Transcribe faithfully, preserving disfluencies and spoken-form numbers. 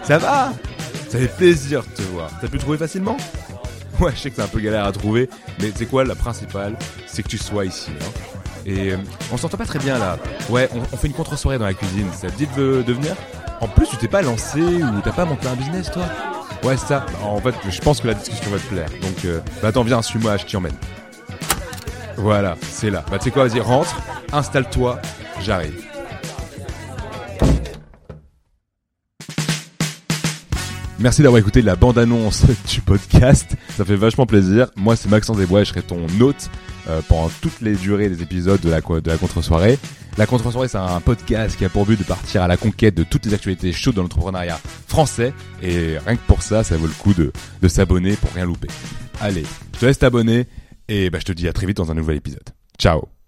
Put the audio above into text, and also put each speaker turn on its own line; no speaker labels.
Ça va? Ça fait plaisir de te voir. T'as pu le trouver facilement? Ouais, je sais que c'est un peu galère à trouver, mais c'est quoi, la principale, c'est que tu sois ici. Hein. Et euh, on s'entend pas très bien là. Ouais, on, on fait une contre-soirée dans la cuisine. Ça te dit de, de venir? En plus, tu t'es pas lancé ou t'as pas monté un business, toi? Ouais, c'est ça. En fait, je pense que la discussion va te plaire. Donc, euh, bah attends, viens, suis-moi, je t'y emmène. Voilà, c'est là. Bah tu sais quoi, vas-y, rentre, installe-toi, j'arrive. Merci d'avoir écouté la bande-annonce du podcast, ça fait vachement plaisir. Moi c'est Maxence Desbois et je serai ton hôte euh, pendant toutes les durées des épisodes de la, de la contre-soirée. La contre-soirée, c'est un podcast qui a pour but de partir à la conquête de toutes les actualités chaudes de l'entrepreneuriat français. Et rien que pour ça, ça vaut le coup de, de s'abonner pour rien louper. Allez, je te laisse t'abonner et bah, je te dis à très vite dans un nouvel épisode. Ciao.